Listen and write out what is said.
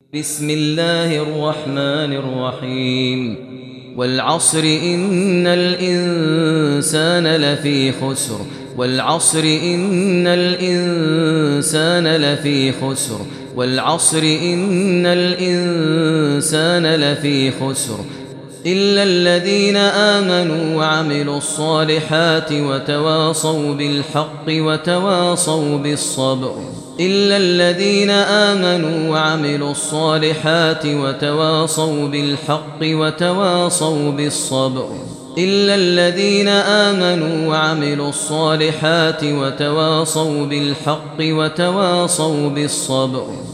بسم الله الرحمن الرحيم والعصر إن الإنسان لفي خسر والعصر إن الإنسان لفي خسر والعصر إن الإنسان لفي خسر إلا الذين آمنوا وعملوا الصالحات وتواصوا بالحق وتواصوا بالصبر إلا الذين آمنوا وعملوا الصالحات وتواصوا بالحق وتواصوا بالصبر إلا الذين آمنوا وعملوا الصالحات وتواصوا بالحق وتواصوا بالصبر